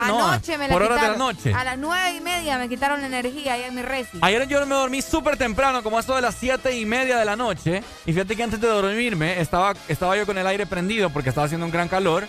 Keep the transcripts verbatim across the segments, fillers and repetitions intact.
Anoche no, me la por horas quitaron. de la noche. A las nueve y media me quitaron la energía ahí en mi resi. Ayer yo me dormí súper temprano, como a eso de las siete y media de la noche. Y fíjate que antes de dormirme estaba, estaba yo con el aire prendido porque estaba haciendo un gran calor.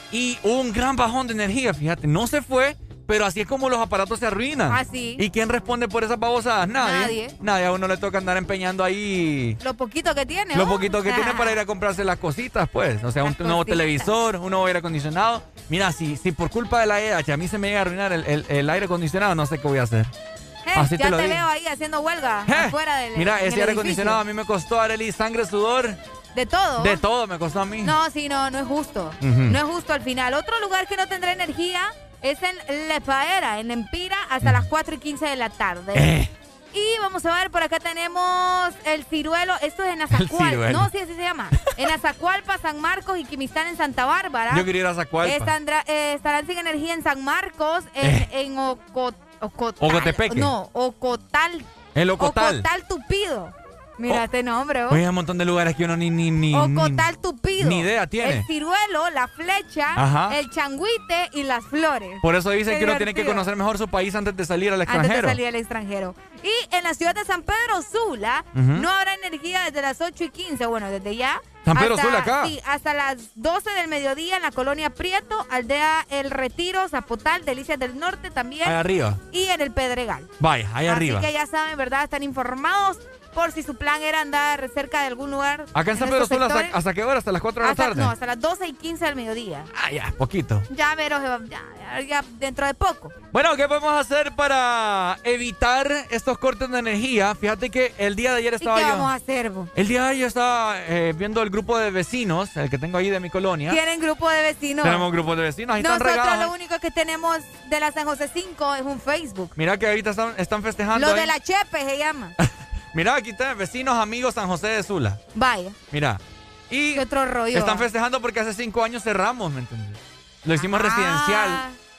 Y hubo un gran bajón de energía, fíjate. No se fue, pero así es como los aparatos se arruinan. Ah, sí. ¿Y quién responde por esas babosadas? Nadie. Nadie. Nadie. A uno le toca andar empeñando ahí Lo poquito que tiene, lo ¿oh? poquito que Ah. tiene para ir a comprarse las cositas, pues. O sea, un Las nuevo cositas. televisor, un nuevo aire acondicionado. Mira, si, si por culpa de la E H a mí se me llega a arruinar el, el, el aire acondicionado, no sé qué voy a hacer. Eh, Así ya te lo te digo. veo ahí haciendo huelga Eh, afuera del Mira, en ese el aire edificio. acondicionado a mí me costó, Arely, sangre, sudor. De todo. De todo me costó a mí. No, sí, no, no es justo. Ujú. No es justo al final. Otro lugar que no tendrá energía es en Lepaera, en Empira, hasta las cuatro y quince de la tarde. Eh. Y vamos a ver, por acá tenemos el Ciruelo. Esto es en Azacual. Ciruelo. No, sí, así se llama. En Azacualpa, San Marcos y Quimistán en Santa Bárbara. Yo quería ir a Zacualpa. Estandra- eh, estarán sin energía en San Marcos, en, Eh. en Oco- Ocotal. Ocotepeque. No, Ocotal. El Ocotal. Ocotal Tupido. Mira Oh. este nombre, ¿oh? Oye, hay un montón de lugares que uno ni... ni, ni Ocotal ni- Tupido. ni idea tiene. El ciruelo, la flecha, Ajá. el changuite y las flores. Por eso dicen Qué que uno tiene que divertido. conocer mejor su país antes de salir al Antes extranjero. de salir al extranjero. Y en la ciudad de San Pedro Sula Ujú. no habrá energía desde las ocho y quince. Bueno, desde ya. San Pedro hasta- Sula acá. Sí, hasta las doce del mediodía en la colonia Prieto, Aldea El Retiro, Zapotal, Delicias del Norte también. Ahí arriba. Y en el Pedregal. Vaya, ahí arriba. Así que ya saben, ¿verdad? Están informados por si su plan era andar cerca de algún lugar. Acá en San Pedro estos Sula, ¿hasta, sectores. ¿hasta qué hora? ¿Hasta las cuatro de la Hasta- tarde? No, hasta las doce y quince del mediodía. Ah, ya, poquito. Ya veros, ya, ya, ya dentro de poco. Bueno, ¿qué podemos hacer para evitar estos cortes de energía? Fíjate que el día de ayer ¿Y estaba qué yo... vamos a hacer, vos? El día de ayer yo estaba eh, viendo el grupo de vecinos, el que tengo ahí de mi colonia. ¿Tienen grupo de vecinos? Tenemos un grupo de vecinos, ahí están Nosotros regados. lo único que tenemos de la San José cinco es un Facebook. Mira que ahorita están, están festejando. Lo ahí. de la Chepe se llama. Mira, aquí están vecinos, amigos San José de Sula. Vaya, Mira. Y qué otro rollo. están ah. festejando porque hace cinco años cerramos, ¿me entiendes? Lo hicimos Ah. residencial.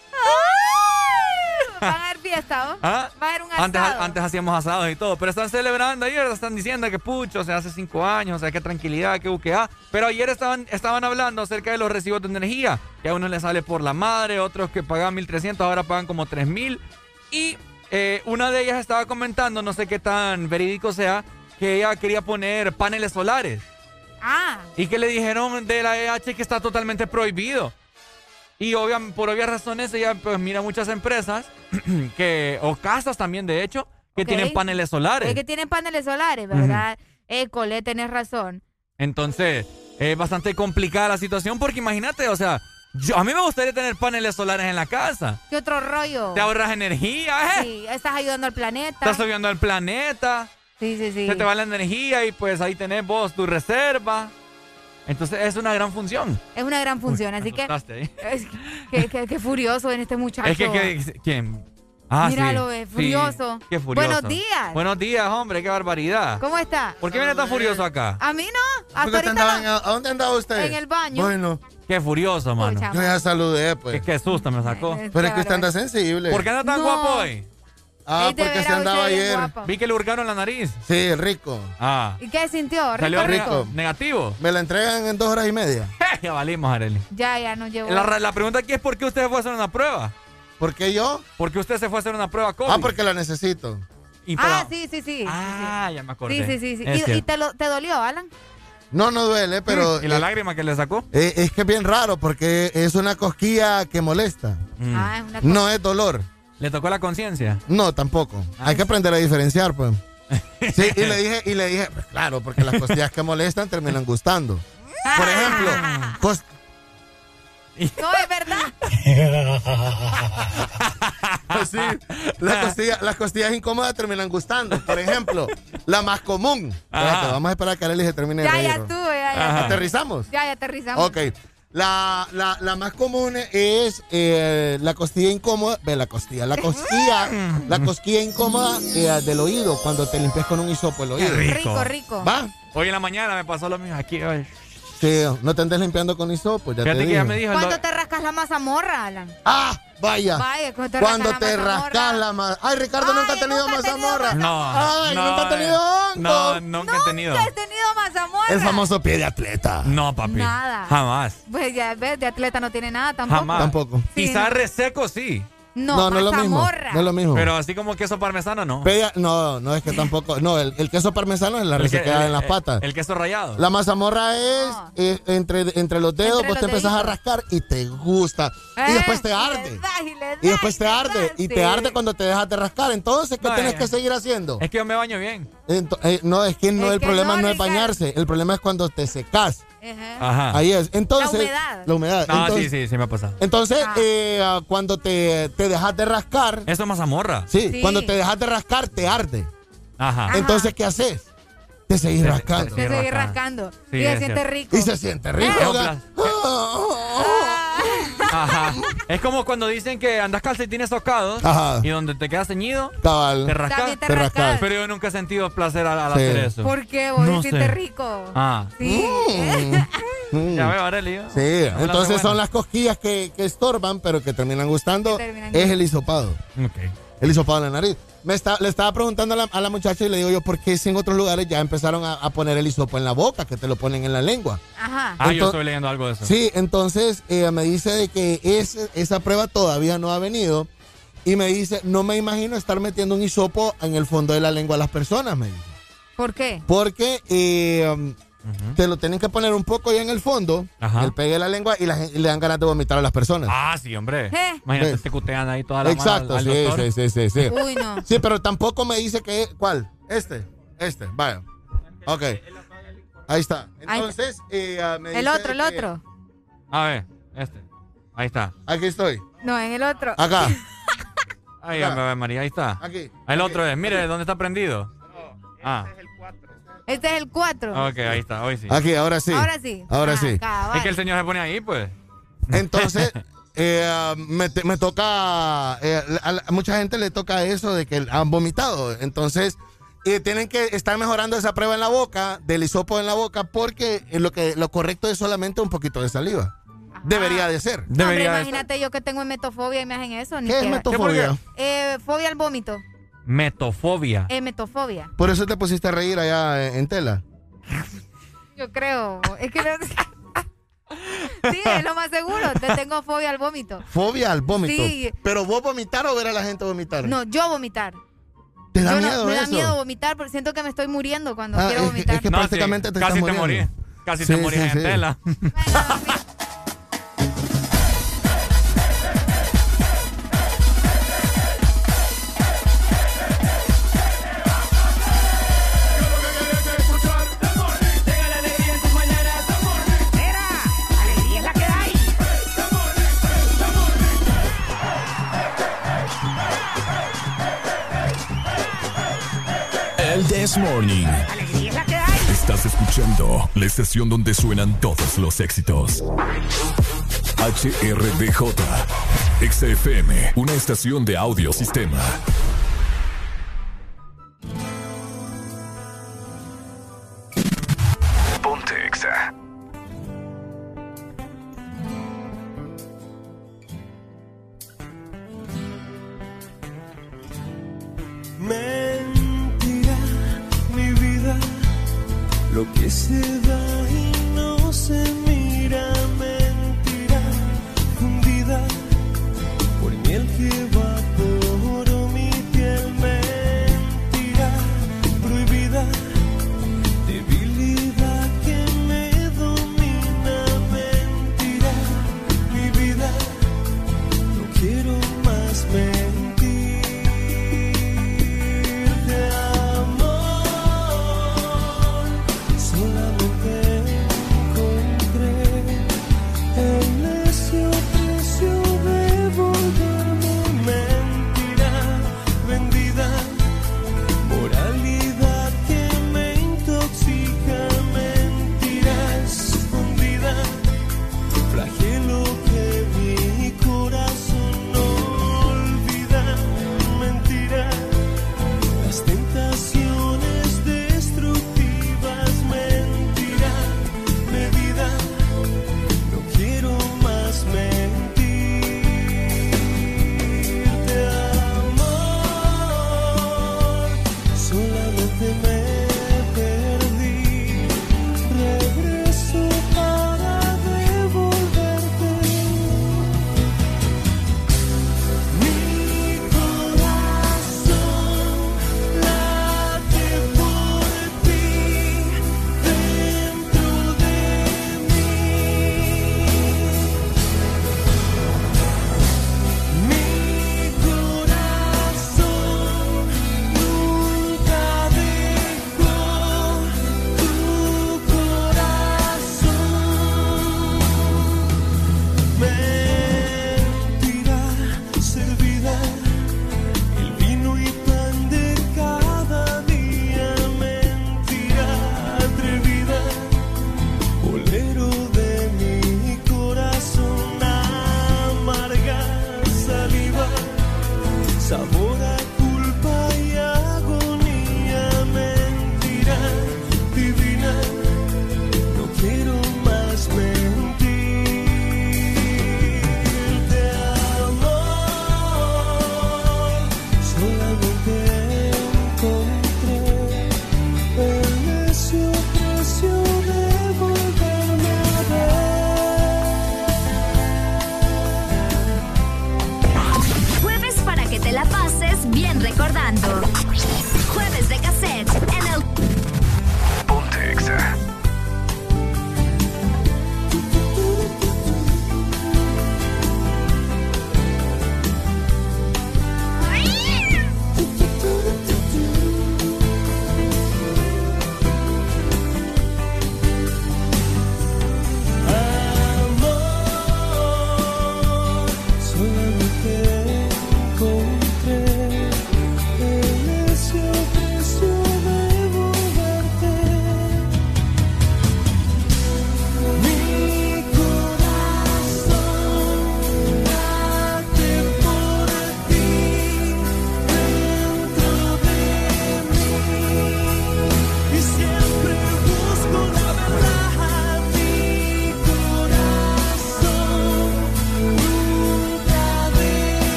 Ay, van a haber fiesta, ¿no? ¿Ah? Va a haber un asado. Antes, antes hacíamos asados y todo, pero están celebrando ayer, están diciendo que pucho, o sea, hace cinco años, o sea, qué tranquilidad, qué buqueá. Pero ayer estaban, estaban hablando acerca de los recibos de energía, que a unos les sale por la madre, otros que pagan mil trescientos, ahora pagan como tres mil. Y eh, una de ellas estaba comentando, no sé qué tan verídico sea, que ella quería poner paneles solares. Ah, Y que le dijeron de la E H que está totalmente prohibido. Y obvia, por obvias razones ella pues mira muchas empresas que o casas también de hecho que Ok. tienen paneles solares. es que tienen paneles solares, ¿verdad? École, tenés razón. Entonces es bastante complicada la situación porque imagínate, o sea, yo, a mí me gustaría tener paneles solares en la casa. ¿Qué otro rollo? Te ahorras energía, ¿eh? Sí, estás ayudando al planeta. Estás subiendo al planeta, Sí, sí, sí. se te va la energía y pues ahí tenés vos tu reserva. Entonces es una gran función. Es una gran función, Uy, así me que... asustaste ahí. Es que, que, que- que furioso en este muchacho. Es que, que- ¿quién? Ah, Míralo, sí. eh, furioso. Sí, qué furioso. Buenos días. Buenos días, hombre, qué barbaridad. ¿Cómo está? ¿Por qué viene tan furioso acá? A mí no. Hasta ¿Por qué te ahorita andaban- no. ¿A dónde andaba usted? En el baño. Bueno, Qué furioso, mano. Pucha, yo ya saludé, pues. Qué, qué susto me sacó. Eh, Pero es qué que usted anda bárbaro. sensible. ¿Por qué anda tan No. guapo hoy? Ah, Ey, de porque se veras, andaba usted es ayer. guapo. Vi que le hurgaron la nariz. Sí, rico. Ah. ¿Y qué sintió? ¿Rico, Salió rico? rico. negativo. Me la entregan en dos horas y media. Ya valimos, Arely. Ya, ya nos llevó. La, la pregunta aquí es ¿por qué usted se fue a hacer una prueba? ¿Por qué yo? ¿Por qué usted se fue a hacer una prueba COVID? Ah, porque la necesito. Y Ah, para- sí, sí, sí. Ah, ya me acordé. Sí, sí, sí. sí. Es ¿Y, y cierto. te, lo, te dolió, Alan? No, no duele, pero... ¿Y la eh, lágrima que le sacó? eh, es que es bien raro porque es una cosquilla que molesta. Mm. Ah, es una cosa. No es dolor. ¿Le tocó la conciencia? No, tampoco. Ah. Hay que aprender a diferenciar, pues. Sí, y le dije, y le dije, pues claro, porque las costillas que molestan terminan gustando. Por ejemplo, cos- No, es verdad. sí, las costillas, las costillas incómodas terminan gustando. Por ejemplo, la más común. Ajá. Espérate, vamos a esperar a que Arely se termine de Ya, reír. ya estuve, ya, ya. Ajá. ¿Aterrizamos? Ya, ya aterrizamos. Ok. La, la, la más común es eh, la costilla incómoda. Ve, la costilla. La cosquilla, la cosquilla incómoda eh, del oído cuando te limpias con un hisopo el oído. rico. Rico, rico. ¿Va? Hoy en la mañana me pasó lo mismo. Aquí, hoy. Sí, no te andes limpiando con hisopo, ya Fíjate te que ya digo. me dijo el ¿Cuándo doc- te rascas la mazamorra, Alan? ¡Ah! Vaya. Vaya, cuando te cuando rascas te la rascas la mazamorra. Ay, Ricardo nunca ha tenido nunca he tenido mazamorra. No. Ay, no, nunca ha tenido hongo. No, nunca he tenido. Nunca he tenido mazamorra. El famoso pie de atleta. No, papi. Nada. Jamás. Pues ya ves, de atleta no tiene nada tampoco. Jamás. Tampoco. Sí, Quizás no. reseco sí. No, No, no es lo mismo. mazamorra. No es lo mismo. Pero así como queso parmesano, no. Pella- no, no es que tampoco. No, el, el queso parmesano es la El que- resequedad el- en las el- patas. El queso rayado. La mazamorra es No. eh, entre, entre los dedos, Entre vos los te empezás a deditos. rascar y te gusta. Eh, y después te y le arde. das, y le das, Y después te le arde. das, Y te sí. arde cuando te dejas de rascar. Entonces, ¿qué No, tienes eh. que seguir haciendo? Es que yo me baño bien. Ento- eh, no, es que no, Es el que problema no, no, es Ricardo. bañarse. El problema es cuando te secas. Ajá. Ajá. Ahí es. Entonces, La humedad. La humedad. No, entonces, sí, sí, sí me ha pasado. entonces Ah. eh, ah, cuando te, te dejas de rascar. Eso es mazamorra. Sí, Sí. cuando te dejas de rascar, te arde. Ajá. Ajá. Entonces, ¿qué haces? Te seguís Te- rascando. te- Se sigue rascando. rascando. Sí, y se es siente cierto. rico. Y se siente rico. Es un ¿verdad? Ajá. Es como cuando dicen que andas calcetines tocados Ajá. y donde te quedas ceñido, Cabal. te rascas. También te Te rascas. rascas. Pero yo nunca he sentido placer al, al Sí. hacer eso. ¿Por qué? Vos No se siente sé. rico. Ah. Sí. Mm. Ya veo, Arely. yo. Sí, Hablando entonces bueno. son las cosquillas que, que estorban, pero que terminan gustando. Que terminan Es el hisopado. Ok. El hisopado en la nariz. Me está, le estaba preguntando a la, a la muchacha y le digo yo, ¿por qué si en otros lugares ya empezaron a, a poner el hisopo en la boca, que te lo ponen en la lengua? Ajá. Ah, yo Ento- estoy leyendo algo de eso. Sí, entonces eh, me dice de que ese- esa prueba todavía no ha venido y me dice, no me imagino estar metiendo un hisopo en el fondo de la lengua a las personas, me dice. ¿Por qué? Porque eh, um, Ujú. te lo tienen que poner un poco ya en el fondo, Ajá. el pegue de la lengua y, la gen- y le dan ganas de vomitar a las personas. Ah, sí, hombre. ¿Eh? Imagínate, ¿Ves? te cutean ahí toda la Exacto, mano al, sí, al doctor. sí, sí, sí, sí. Uy, no. Sí, pero tampoco me dice que, ¿cuál? Este, este, vaya. Ok. Ahí está. Entonces, eh, ah, me El dice otro, el que- otro. A ver, este. Ahí está. Aquí estoy. No, en el otro. Acá. Ahí, Acá. Ave María, ahí está. Aquí. El aquí. otro es, mire, ¿dónde está prendido? Ah, Este es el cuatro. ok, ahí está, hoy sí. Aquí, ahora sí. Ahora sí. Ahora Ah, sí. cabal. Es que el señor se pone ahí, pues. Entonces, eh, ah, me, te- me toca, eh, a, la- a mucha gente le toca eso de que han vomitado. Entonces, eh, tienen que estar mejorando esa prueba en la boca, del hisopo en la boca, porque eh, lo, que, lo correcto es solamente un poquito de saliva. Ajá. Debería de ser. No, hombre, Debería de imagínate yo que tengo emetofobia y me hacen eso. Ni ¿Qué es que- metofobia? Eh, fobia al vómito. Metofobia. Emetofobia. Por eso te pusiste a reír allá en, en tela. Yo creo. Es que no... Sí, es lo más seguro. Te tengo fobia al vómito. Fobia al vómito. Sí. Pero vos vomitar o ver a la gente vomitar. No, yo vomitar. ¿Te da Yo no- miedo me da eso? miedo vomitar porque siento que me estoy muriendo cuando Ah, quiero es que- vomitar. es que No, prácticamente sí, te casi estás te muriendo. morís. Casi Sí, te morís sí, en sí. tela. Bueno, dormir. El This Morning. Estás escuchando la estación donde suenan todos los éxitos. H R D J X F M, una estación de audio sistema. Ponte Exa. Mentira, mi vida, lo que se da y no se mira. Mentira, fundida por miel que evaporó mi piel. Mentira, prohibida, debilidad que me domina. Mentira, mi vida, no quiero más mentir. Solamente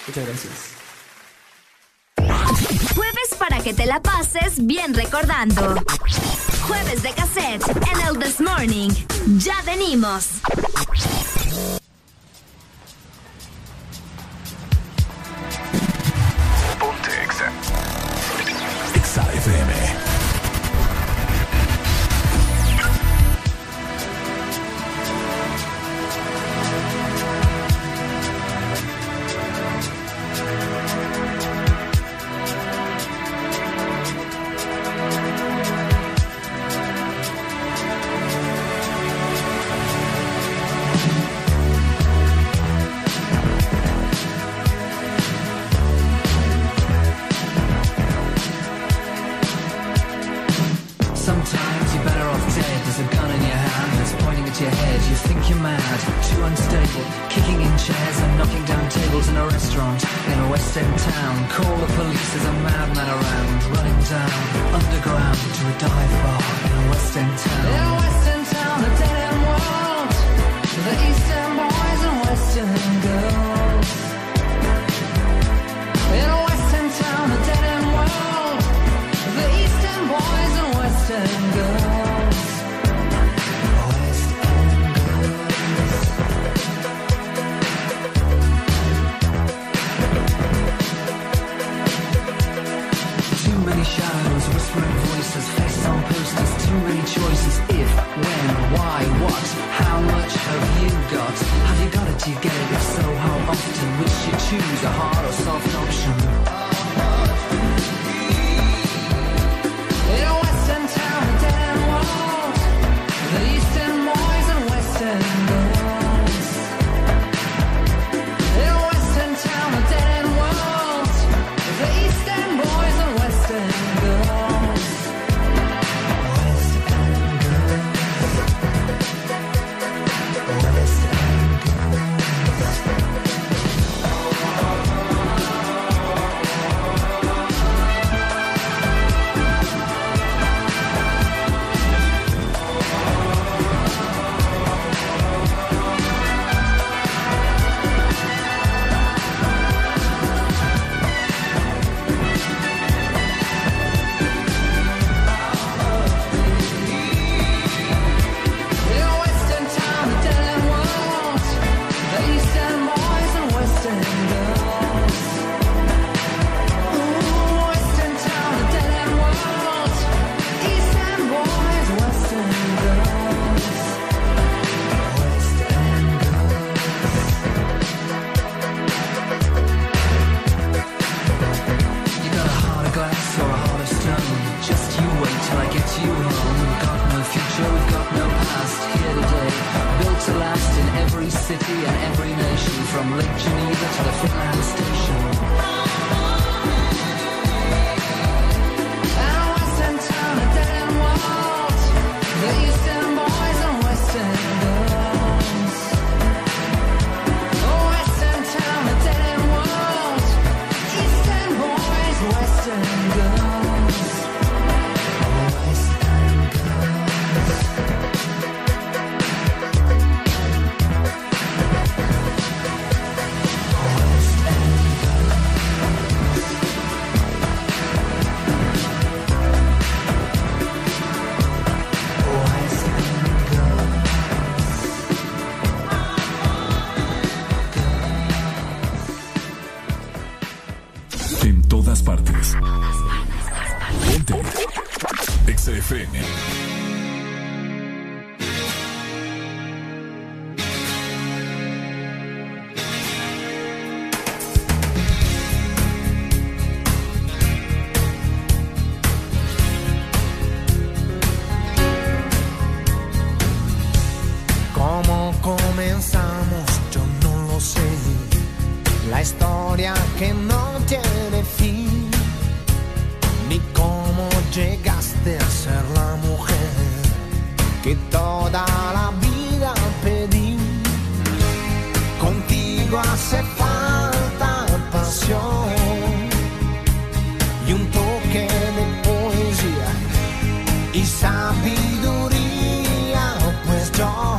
Muchas gracias. Jueves para que te la pases bien recordando. Jueves de cassette en el This Morning. Ya venimos. Ponte Exa. Exa F M.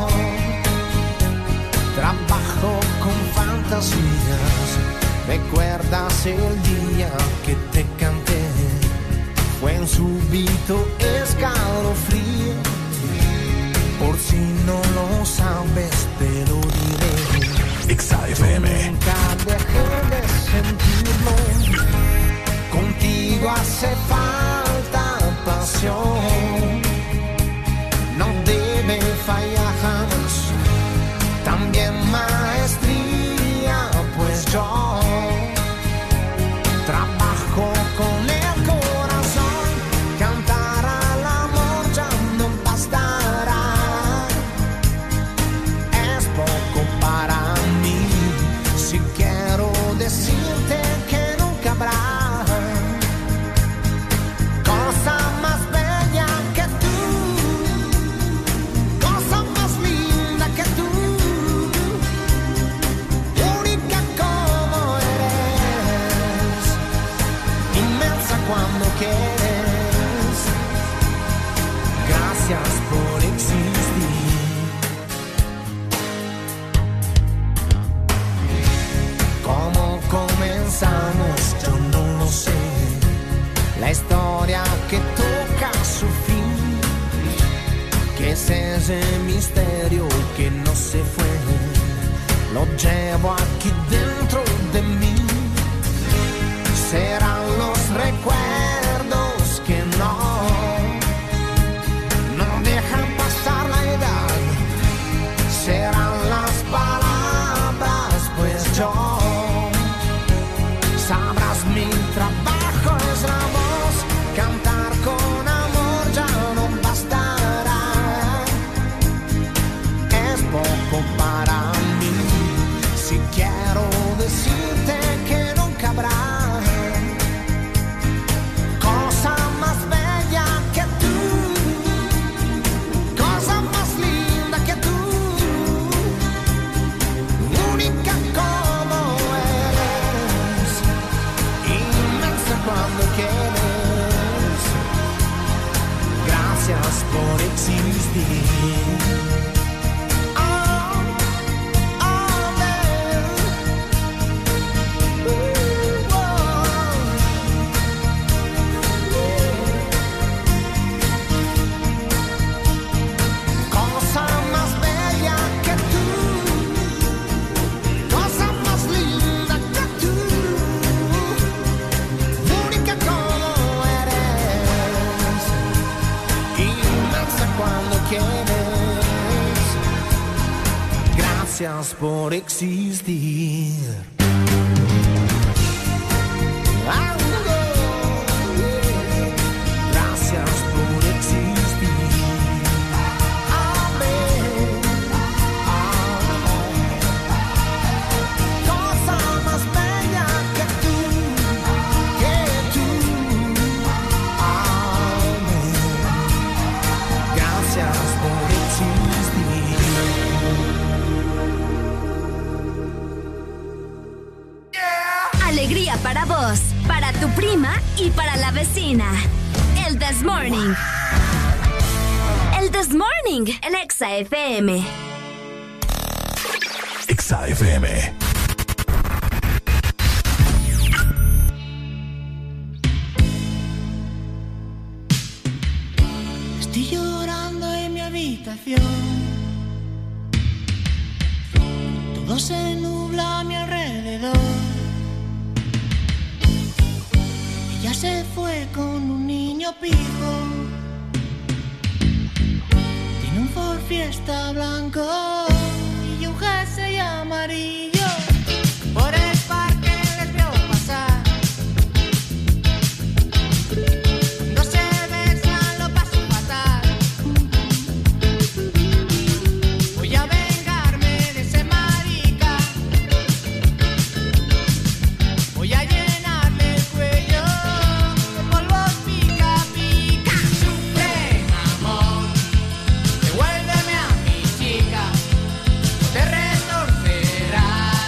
Recuerda el día que te canté, fue un súbito escalofrío. Por si no lo sabes, te lo diré. Exa F M. Nunca dejé de sentirlo. Contigo hace falta pasión. No debe fallar jamás. También maestría, pues yo trabajo con el corazón. Cantar al amor ya no bastará. Es poco para mí. Si quiero decirte que nunca habrá cosa más bella que tú, cosa más linda que tú, única como eres, inmensa cuando quieres. Gracias por existir. ¿Cómo comenzamos? Yo no lo sé. La historia que toca su fin, que es ese misterio que no se fue, lo llevo aquí dentro de mí. Serán los recuerdos que no, no dejan pasar la edad. Serán las palabras, pues yo, sabrás mi trabajo es la voz. Cantar con amor ya no bastará. Es poco para mí. Si quiero decirte que nunca habrá cosa más bella que tú, cosa más linda que tú, única como eres, inmensa cuando quieres. Gracias por existir. Oh, oh, babe. Ooh, oh. Cosa más bella que tú, cosa más linda que tú, única como eres, inmensa cuando quieres. Gracias por existir. Ah, oh, yeah. Gracias por existir. Amén. Ah, cosa más bella que tú, que tú. Amén. Gracias por existir. Alegría para vos, para tu prima y para la vecina. El This Morning. El This Morning, el Exa F M. Exa F M. Estoy llorando en mi habitación. Todo se nubla a mi alrededor. Ella se fue con un niño pijo. Tiene un Ford Fiesta blanco y un jersey amarillo. Por el parque les vio pasar. Cuando se besan lo paso fatal. Voy a vengarme de ese marica. Voy a llenarle el cuello de polvos pica pica. Sufre, amor, devuélveme a mi chica. Te retorcerás.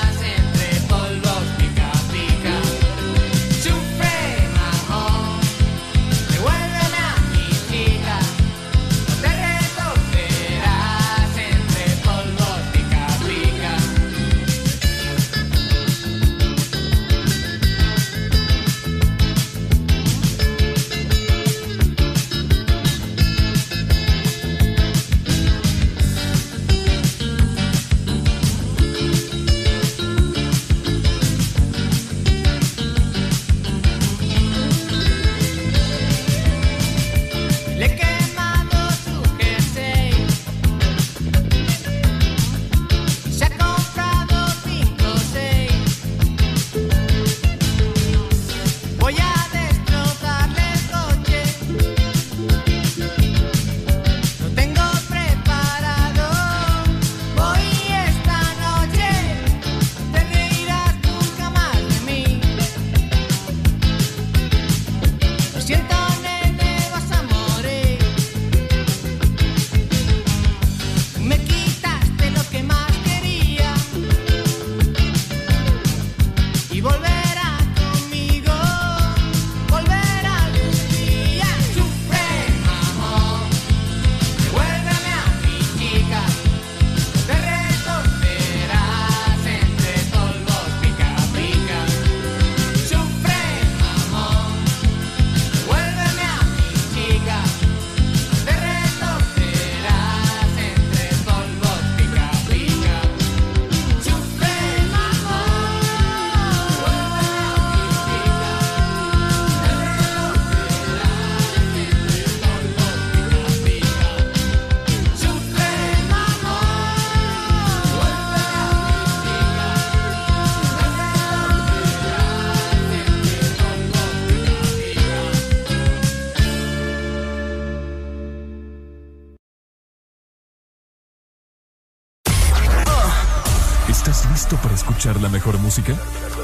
¿Estás listo para escuchar la mejor música?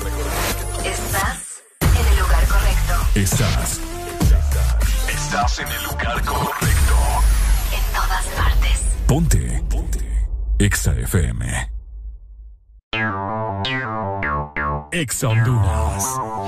Estás en el lugar correcto. Estás. Estás en el lugar correcto. En todas partes. Ponte. Ponte. Exa F M. Exa Honduras.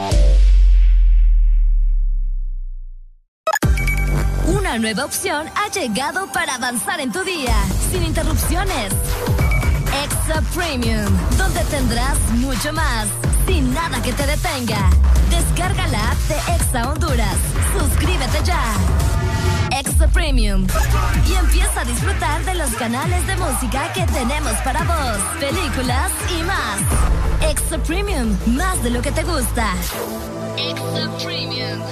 Una nueva opción ha llegado para avanzar en tu día, sin interrupciones. Exa Premium, donde tendrás mucho más, sin nada que te detenga. Descarga la app de Exa Honduras. Suscríbete ya. Exa Premium. Y empieza a disfrutar de los canales de música que tenemos para vos, películas y más. Exa Premium, más de lo que te gusta. Exa Premium.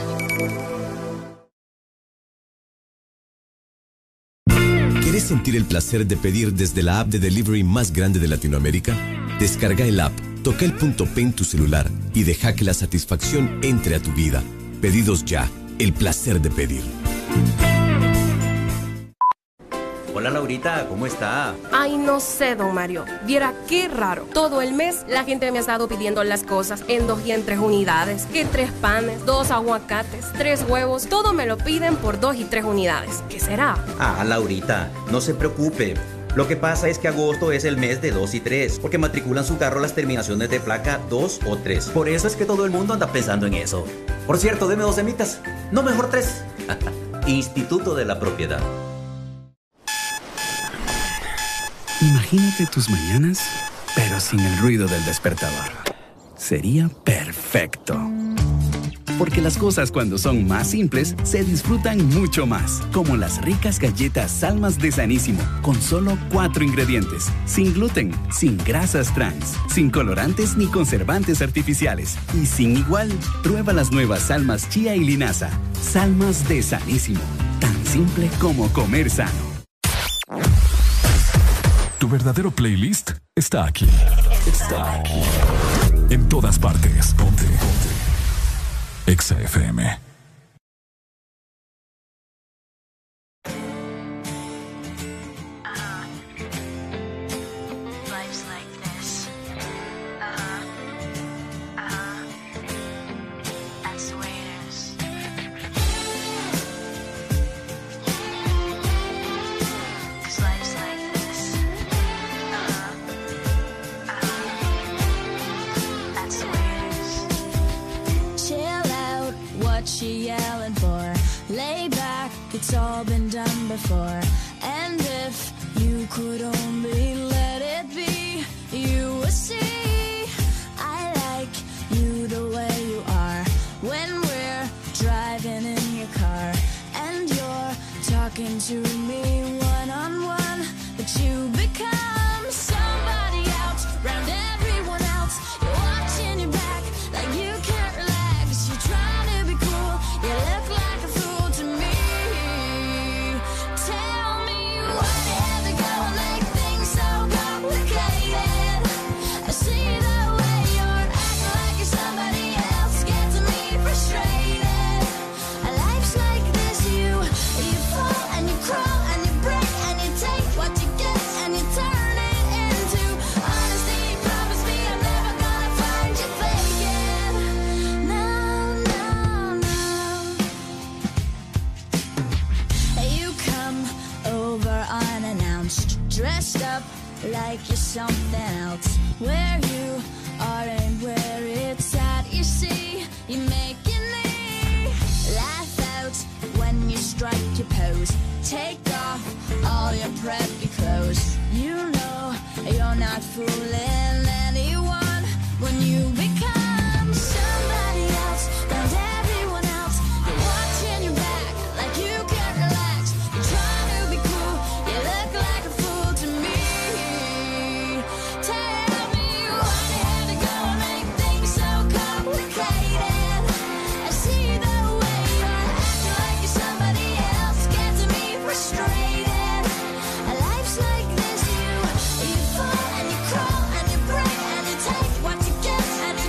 ¿Quieres sentir el placer de pedir desde la app de delivery más grande de Latinoamérica? Descarga el app, toca el punto P en tu celular y deja que la satisfacción entre a tu vida. Pedidos ya, el placer de pedir. Hola Laurita, ¿cómo está? Ay, no sé, don Mario. Viera qué raro. Todo el mes la gente me ha estado pidiendo las cosas en dos y en tres unidades. Que tres panes, dos aguacates, tres huevos. Todo me lo piden por dos y tres unidades. ¿Qué será? Ah, Laurita, no se preocupe. Lo que pasa es que agosto es el mes de dos y tres, porque matriculan su carro las terminaciones de placa dos o tres. Por eso es que todo el mundo anda pensando en eso. Por cierto, deme dos semitas. No, mejor tres. Instituto de la Propiedad. Imagínate tus mañanas, pero sin el ruido del despertador. Sería perfecto. Porque las cosas cuando son más simples se disfrutan mucho más. Como las ricas galletas Salmas de Sanísimo, con solo cuatro ingredientes. Sin gluten, sin grasas trans, sin colorantes ni conservantes artificiales. Y sin igual, prueba las nuevas Salmas Chía y Linaza. Salmas de Sanísimo. Tan simple como comer sano. Tu verdadero playlist está aquí. Está aquí. En todas partes. Ponte. Ponte. Exa F M. She yelling for, lay back, it's all been done before. And if you could only let it be, you would see I like you the way you are. When we're driving in your car and you're talking to me one on one, but you become somebody else round everyone else. You're watching your back like you can't relax. You're trying to be cool, you look like a fool to me. Tell me why you had to go and make things so complicated. I see the way you're acting like you're somebody else, gets me frustrated. Life's like this, you you fall and you crawl and you break and you take what you get and you turn it into honesty. Promise me I'm never gonna find you faking. No, no, no. You come over unannounced, dressed up like you're something else. Where you are and where it's at, you see, you're making me laugh out when you strike your pose. Take off all your preppy clothes. You know you're not fooling anyone when you become somebody else round everyone else. You're watching your back like you can't relax. You're trying to be cool, you look like a fool to me. Tell me why you had to go and make things so complicated. I see the way you're acting like you're somebody else, gets me frustrated. Life's like this, you you fall and you crawl and you break and you take what you get and you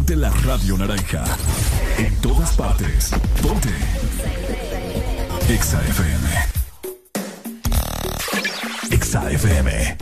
de la radio naranja. En todas partes. Ponte. Exa F M. Exa F M.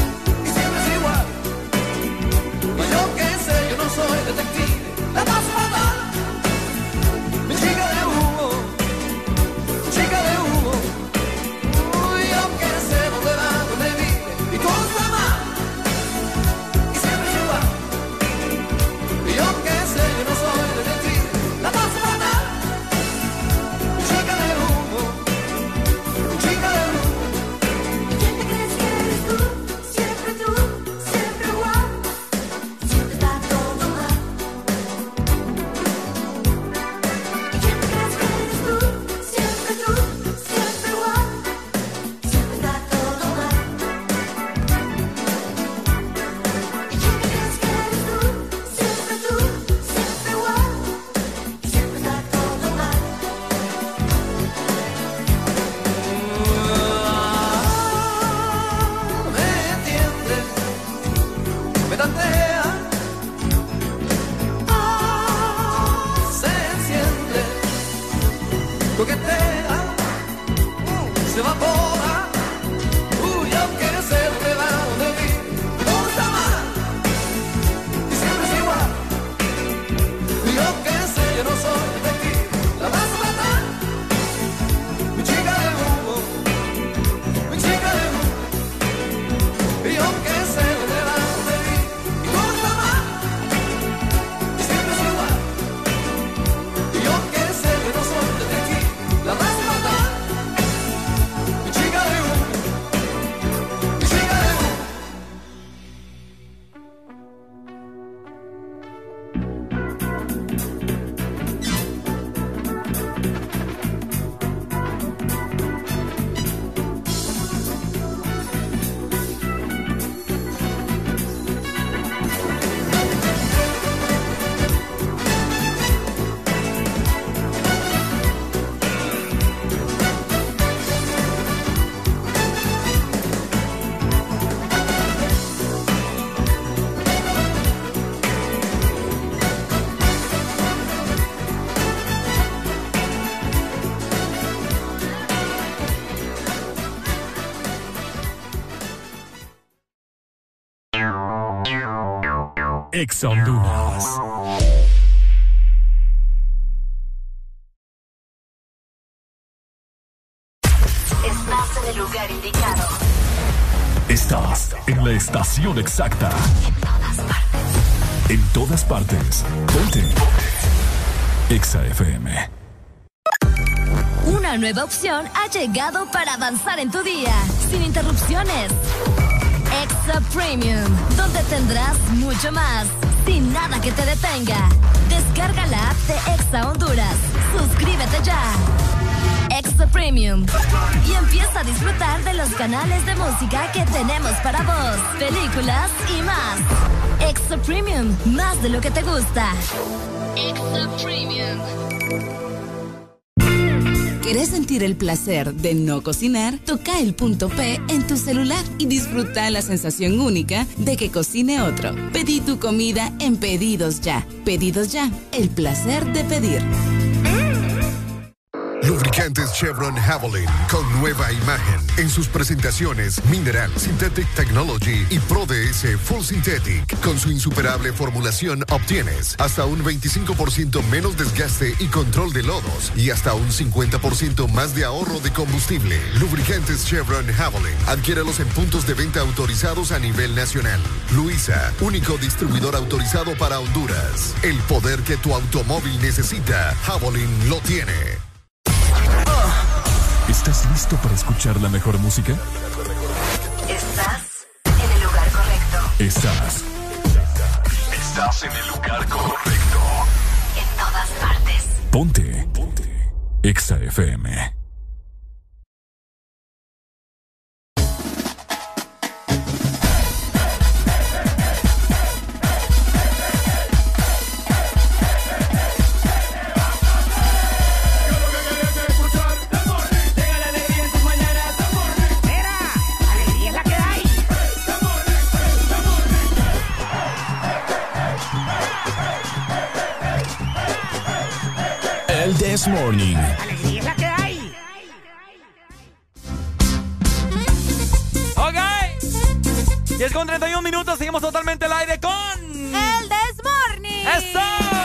Soy detective, la paso fatal. Exa Honduras. Estás en el lugar indicado. Estás en la estación exacta. En todas partes. Ponte. Exa F M. Una nueva opción ha llegado para avanzar en tu día, sin interrupciones. Exa Premium, donde tendrás mucho más, sin nada que te detenga. Descarga la app de Exa Honduras. Suscríbete ya. Exa Premium. Y empieza a disfrutar de los canales de música que tenemos para vos, películas y más. Exa Premium, más de lo que te gusta. Exa Premium. ¿Querés sentir el placer de no cocinar? Toca el punto P en tu celular y disfruta la sensación única de que cocine otro. Pedí tu comida en Pedidos Ya. Pedidos Ya, el placer de pedir. Lubricantes Chevron Javelin con nueva imagen en sus presentaciones Mineral, Synthetic Technology y Pro D S Full Synthetic. Con su insuperable formulación obtienes hasta un veinticinco por ciento menos desgaste y control de lodos y hasta un cincuenta por ciento más de ahorro de combustible. Lubricantes Chevron Javelin. Adquiéralos en puntos de venta autorizados a nivel nacional. Luisa, único distribuidor autorizado para Honduras. El poder que tu automóvil necesita, Javelin lo tiene. ¿Estás listo para escuchar la mejor música? Estás en el lugar correcto. Estás. Estás en el lugar correcto. En todas partes. Ponte. Ponte. Exa F M. El This Morning. Alegría es la que hay. Ok. diez con treinta y un minutos. Seguimos totalmente al aire con El This Morning. ¡Eso!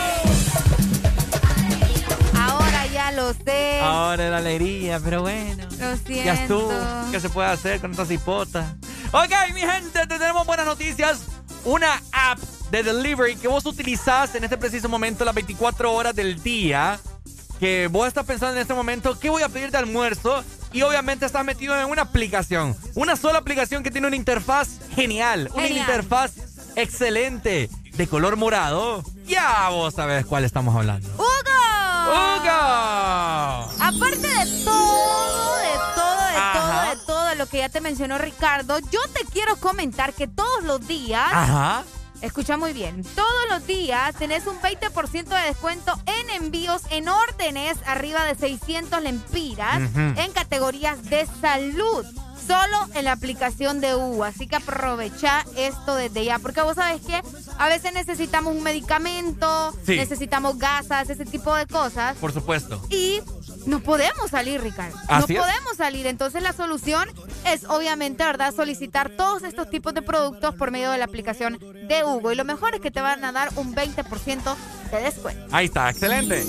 Ahora ya lo sé. Ahora la alegría, pero bueno. Lo siento. Ya estuvo. ¿Qué se puede hacer con estas hipotas? Ok, mi gente, te tenemos buenas noticias. Una app de delivery que vos utilizás en este preciso momento las veinticuatro horas del día. Que vos estás pensando en este momento, ¿qué voy a pedir de almuerzo? Y obviamente estás metido en una aplicación. Una sola aplicación que tiene una interfaz genial. Una Genial. interfaz excelente. De color morado. Ya vos sabés cuál estamos hablando. ¡Hugo! ¡Hugo! Aparte de todo, de todo, de Ajá. todo, de todo lo que ya te mencionó Ricardo, yo te quiero comentar que todos los días... Ajá. Escucha muy bien, todos los días tenés un veinte por ciento de descuento en envíos en órdenes arriba de seiscientos lempiras Ujú. en categorías de salud. Solo en la aplicación de Hugo. Así que aprovecha esto desde ya. Porque vos sabés que a veces necesitamos un medicamento, Sí. necesitamos gasas, ese tipo de cosas. Por supuesto. Y no podemos salir, Ricardo. Así no es. podemos salir. Entonces la solución es obviamente, ¿verdad?, solicitar todos estos tipos de productos por medio de la aplicación de Hugo. Y lo mejor es que te van a dar un veinte por ciento de descuento. Ahí está, excelente.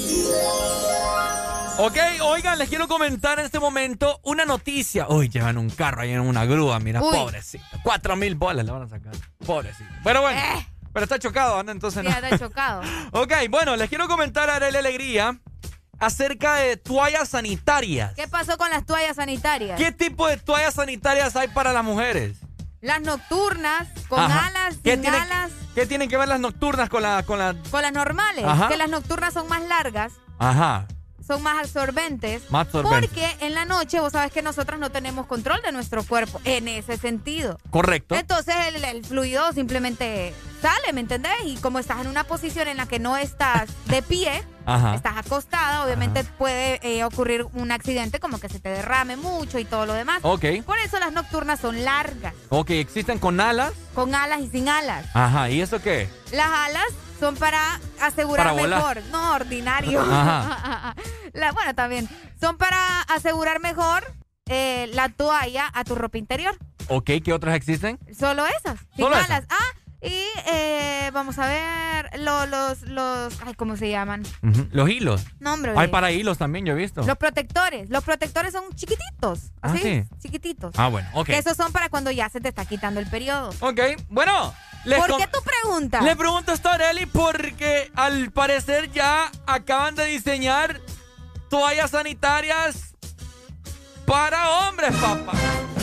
Ok, oigan, les quiero comentar en este momento una noticia. Uy, llevan un carro ahí en una grúa, mira, Uy. pobrecito. Cuatro mil bolas le van a sacar. Pobrecito. Pero bueno, Eh. pero está chocado, ¿no? Entonces no. Ya está chocado. Ok, bueno, les quiero comentar a Arely Alegría acerca de toallas sanitarias. ¿Qué pasó con las toallas sanitarias? ¿Qué tipo de toallas sanitarias hay para las mujeres? Las nocturnas, con Ajá. alas, ¿Qué sin tienen- alas, ¿Qué tienen que ver las nocturnas con la... con la... con las normales. Ajá. Que las nocturnas son más largas, Ajá, son más absorbentes. más absorbente. Porque en la noche, vos sabes que nosotros no tenemos control de nuestro cuerpo, en ese sentido. Correcto. Entonces el, el fluido simplemente sale, ¿me entendés? Y como estás en una posición en la que no estás de pie, Ajá. estás acostada, obviamente puede eh, ocurrir un accidente como que se te derrame mucho y todo lo demás. Ok. Por eso las nocturnas son largas, Ok, existen con alas. con alas y sin alas. Ajá, ¿y eso qué? Las alas son para asegurar Para volar. mejor. No, ordinario. Ajá. La- bueno, también. Son para asegurar mejor eh, la toalla a tu ropa interior. Ok, ¿qué otras existen? Solo esas. Sin Solo alas. esas. Ah, Y eh, vamos a ver lo, los, los, ay, ¿cómo se llaman? Uh-huh. Los hilos. No, hombre. Hay para hilos también, yo he visto. Los protectores. Los protectores son chiquititos. Ah, ¿así? sí. Chiquititos. Ah, bueno, ok. Que esos son para cuando ya se te está quitando el periodo. Ok, bueno. ¿Por qué tu pregunta? Le pregunto esto a Arely porque al parecer ya acaban de diseñar toallas sanitarias para hombres, papá.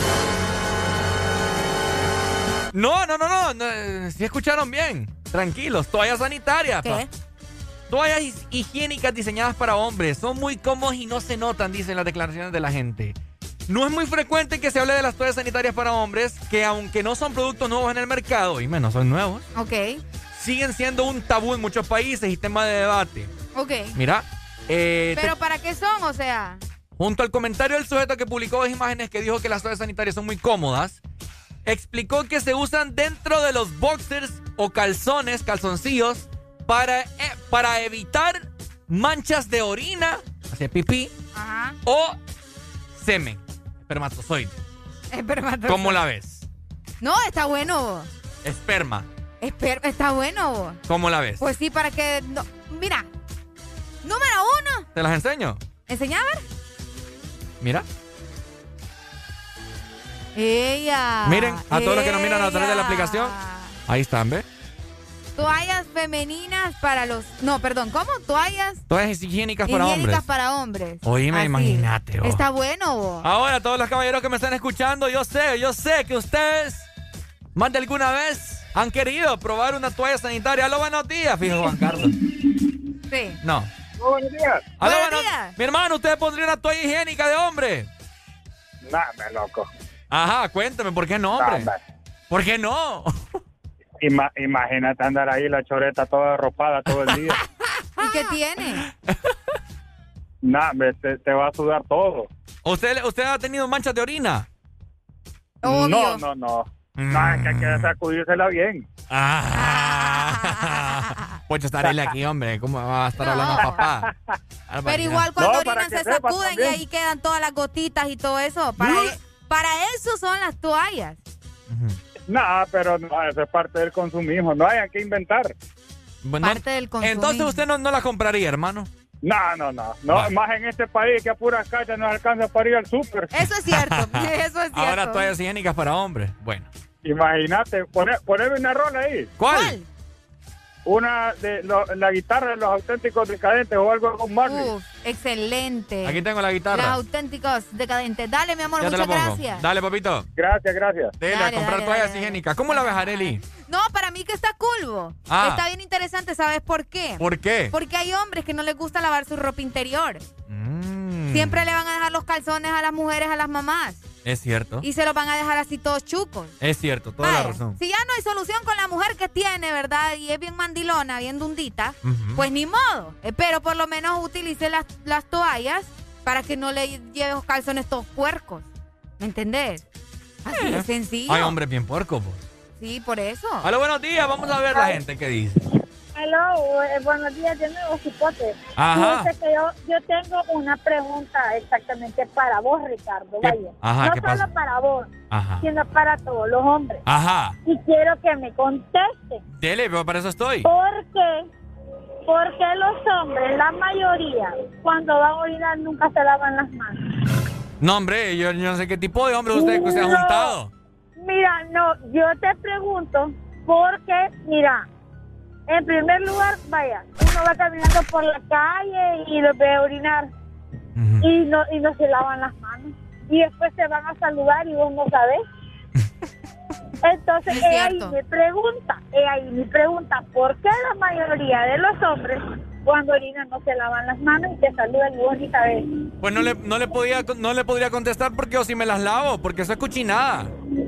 No, no, no, no, no. Si escucharon bien. Tranquilos, toallas sanitarias. ¿Qué? Pa. Toallas higiénicas diseñadas para hombres. Son muy cómodos y no se notan, dicen las declaraciones de la gente. No es muy frecuente que se hable de las toallas sanitarias para hombres, que aunque no son productos nuevos en el mercado, y menos son nuevos, ok, siguen siendo un tabú en muchos países y tema de debate. Ok. Mira. Eh, ¿Pero te... para qué son? O sea... Junto al comentario del sujeto que publicó dos imágenes que dijo que las toallas sanitarias son muy cómodas, explicó que se usan dentro de los boxers o calzones, calzoncillos, para, eh, para evitar manchas de orina, hacia pipí, ajá, o semen, espermatozoide. Espermatozoide. ¿Cómo la ves? No, está bueno vos. Esperma. Esper está bueno vos. ¿Cómo la ves? Pues sí, para que... No. Mira, número uno. ¿Te las enseño? ¿Enseñá a ver? Mira. Ella. Miren, a todos los que nos miran a través de la ella. aplicación. Ahí están, ¿ves? Toallas femeninas para los... No, perdón, ¿cómo? Toallas... Toallas higiénicas para higiénicas hombres. para hombres. Oíme, Así. imagínate. Oh. Está bueno vos. Ahora, todos los caballeros que me están escuchando, yo sé, yo sé que ustedes más de alguna vez han querido probar una toalla sanitaria. Aló, buenos días, fijo Juan Carlos. Sí. No. Oh, buenos días. Aló, buenos bueno, días. Mi hermano, ¿usted pondría una toalla higiénica de hombre? Nah, me loco. Ajá, cuéntame, ¿por qué no, hombre? Nah, ¿Por qué no? Ima imagínate andar ahí la choreta toda arropada todo el día. ¿Y qué tiene? Nah, te, te va a sudar todo. ¿Usted, ¿Usted ha tenido manchas de orina? Obvio. No, no, no. Mm. No, es que hay que sacudírsela bien. Ah. Pues estaré aquí, hombre. ¿Cómo va a estar No. hablando papá? Pero igual cuando No, para orinan que se sepas sacuden también. y ahí quedan todas las gotitas y todo eso. Para, e- para eso son las toallas. No, pero no, eso es parte del consumismo. No hay que inventar. Bueno, Parte del consumo. entonces usted no, no la compraría, hermano. No, no, no. no Vale. Más en este país que a puras calles no alcanza para ir al súper. Eso es cierto. Eso es cierto. Ahora toallas higiénicas para hombres. Bueno. Imagínate, poner, ponerme una rola ahí. ¿Cuál? ¿Cuál? Una de lo, la guitarra de los auténticos decadentes o algo con Marley. Uf, excelente. Aquí tengo la Los guitarra. auténticos decadentes. Dale, mi amor, Ya te la muchas pongo. gracias. Dale, papito. Gracias, gracias. Dele Dale, a comprar dale, toallas dale, higiénicas. ¿Cómo la ves, Arely? No, para mí que está cool, bo. Ah. Está bien interesante, ¿sabes por qué? ¿Por qué? Porque hay hombres que no les gusta lavar su ropa interior. Mm, Siempre le van a dejar los calzones a las mujeres, a las mamás. Es cierto. Y se los van a dejar así todos chucos. Es cierto, toda Vaya, la razón. si ya no hay solución con la mujer que tiene, ¿verdad? Y es bien mandilona, bien dundita, Ujú. pues ni modo. Eh, Pero por lo menos utilice las, las toallas para que no le lleve los calzones todos puercos. ¿Me entendés? Así Eh. de sencillo. Hay hombres bien puercos, pues. Sí, por eso. Hola, buenos días. Vamos a ver la gente que dice. Hello, eh, buenos días de nuevo, Cipote. Ajá. Fíjate que yo, yo tengo una pregunta exactamente para vos, Ricardo. ¿Qué? Vaya. Ajá, no ¿qué solo pasa? para vos, Ajá. sino para todos los hombres. Ajá. Y quiero que me contesten. Dele, pero para eso estoy. ¿Por qué? ¿Por qué los hombres, la mayoría, cuando van a orinar nunca se lavan las manos? No, hombre, yo, yo no sé qué tipo de hombre usted se ha No. juntado. Mira, no, yo te pregunto, porque, mira, en primer lugar, vaya, uno va caminando por la calle y los ve orinar Ujú. y no y no se lavan las manos. Y después se van a saludar y vos no sabés. Entonces, Es es ahí cierto. mi pregunta, es ahí mi pregunta, ¿por qué la mayoría de los hombres cuando orinan no se lavan las manos y te saludan y vos ni sabés? Pues no le, no le podía no le podría contestar porque yo sí me las lavo, porque eso es cochinada.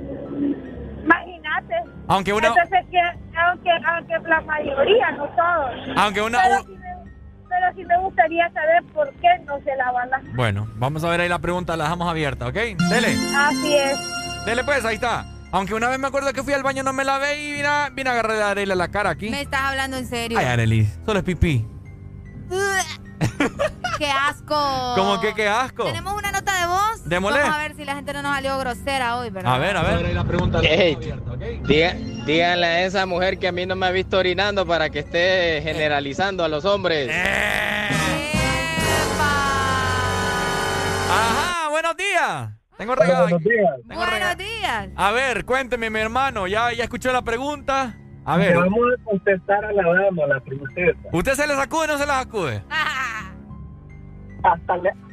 Imagínate. Aunque una Entonces, que, aunque, aunque la mayoría, no todos. aunque una Pero u- sí, me, pero sí me gustaría saber por qué no se lavan las manos. Bueno, vamos a ver ahí la pregunta, la dejamos abierta, ¿ok? Dele. Así es. Dele pues, ahí está. Aunque una vez me acuerdo que fui al baño, no me lavé y vine a, vine a agarrar a Arely a la cara aquí. Me estás hablando en serio. Ay, Arely, solo es pipí. ¡Qué asco! ¿Cómo que qué asco? ¿Tenemos una nota de voz? Démosle. Vamos a ver si la gente no nos salió grosera hoy, ¿verdad? A ver, a ver. Hey, diga- Díganle a esa mujer que a mí no me ha visto orinando para que esté generalizando a los hombres. Ajá, buenos días. Tengo regalo. Buenos días. Tengo Buenos regalo. días. A ver, cuénteme, mi hermano. ¿Ya, ya escuchó la pregunta? A Le ver. vamos a contestar a la dama, a la princesa. ¿Usted se le sacude o no se la sacude? Hasta le...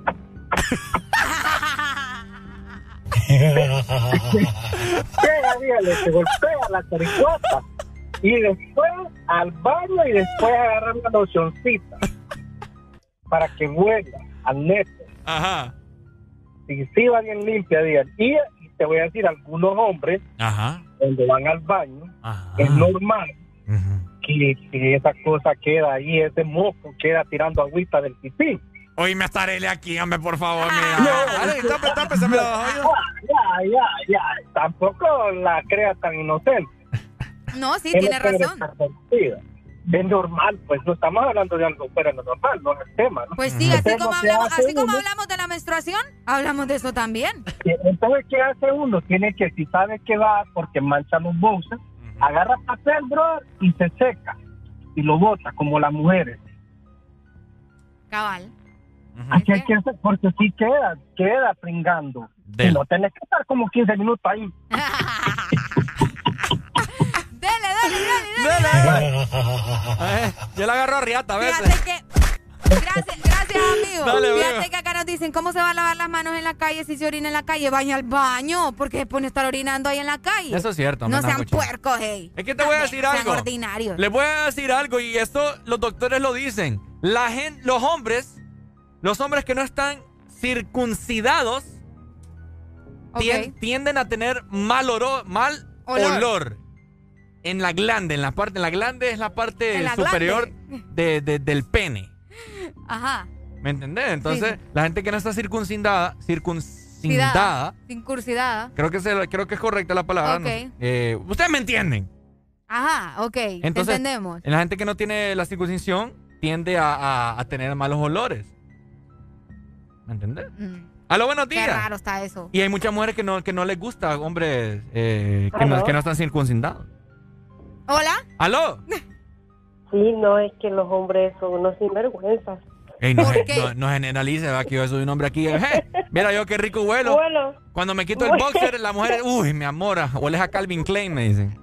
Pega, dígale, se golpea la caricuata. Y después al baño y después agarrar una locioncita. Para que huela al neto. Ajá. Y sí va bien limpia, dígale. Y, y te voy a decir, algunos hombres, Ajá. cuando van al baño, Ajá. es normal que, que esa cosa queda ahí, ese moco queda tirando agüita del pipí. Oíme hasta Arely aquí, hombre, por favor, mira. Dale, tape, tape, se me lo bajo yo. Ya, ya, ya. Tampoco la crea tan inocente. No, sí, Él tiene no puede razón. estar convencida. Es normal, pues no estamos hablando de algo fuera de lo normal, no es el tema, ¿no? Pues sí, así Entonces, como, lo que hablamos, hace así como uno- hablamos de la menstruación, hablamos de eso también. Entonces, ¿qué hace uno? Tiene que, si sabe que va, porque mancha los bolsos, agarra papel, bro, y se seca. Y lo bota, como las mujeres. Cabal. Aquí hay que hacer, porque sí queda, queda pringando. Del- Y no tenés que estar como quince minutos ahí. Dele, dale, dale, dale. Eh, yo la agarro a riata a veces. Fíjate que... Gracias, gracias, amigo. Dale, Fíjate amigo. que acá nos dicen, ¿cómo se va a lavar las manos en la calle si se orina en la calle? Vaya al baño, porque se pone a estar orinando ahí en la calle. Eso es cierto. No me sean escuché. puercos, hey. Es que te voy a decir Sean algo. ordinarios. Les voy a decir algo y esto los doctores lo dicen. La gente, los hombres, los hombres que no están circuncidados tien- Ok. tienden a tener mal, oro- mal Olor. olor. En la glande, en la parte, en la glande es la parte En la superior de, de- del pene. Ajá. ¿Me entendés? Entonces, Sí. la gente que no está circuncidada, circuncidada, Incursidada. creo que, se, creo que es correcta la palabra. Ok. ¿no? Eh, ustedes me entienden. Ajá, ok. Entonces, entendemos. la gente que no tiene la circuncisión tiende a, a- a tener malos olores. ¿Me entendés? Mm. Aló, buenos Qué días. raro está eso. Y hay muchas mujeres que no, que no les gusta hombres eh, que, no, ¿Aló? que no están circuncidados. ¿Hola? ¿Aló? Sí, no, es que los hombres son unos sinvergüenzas. Ey, no, ¿Por gen- qué? no, no generalice, ¿verdad? Que yo soy un hombre aquí. Eh, mira yo qué rico huelo. Bueno. Cuando me quito el Bueno. boxer, la mujer, uy, mi amor, hueles a Calvin Klein, me dicen.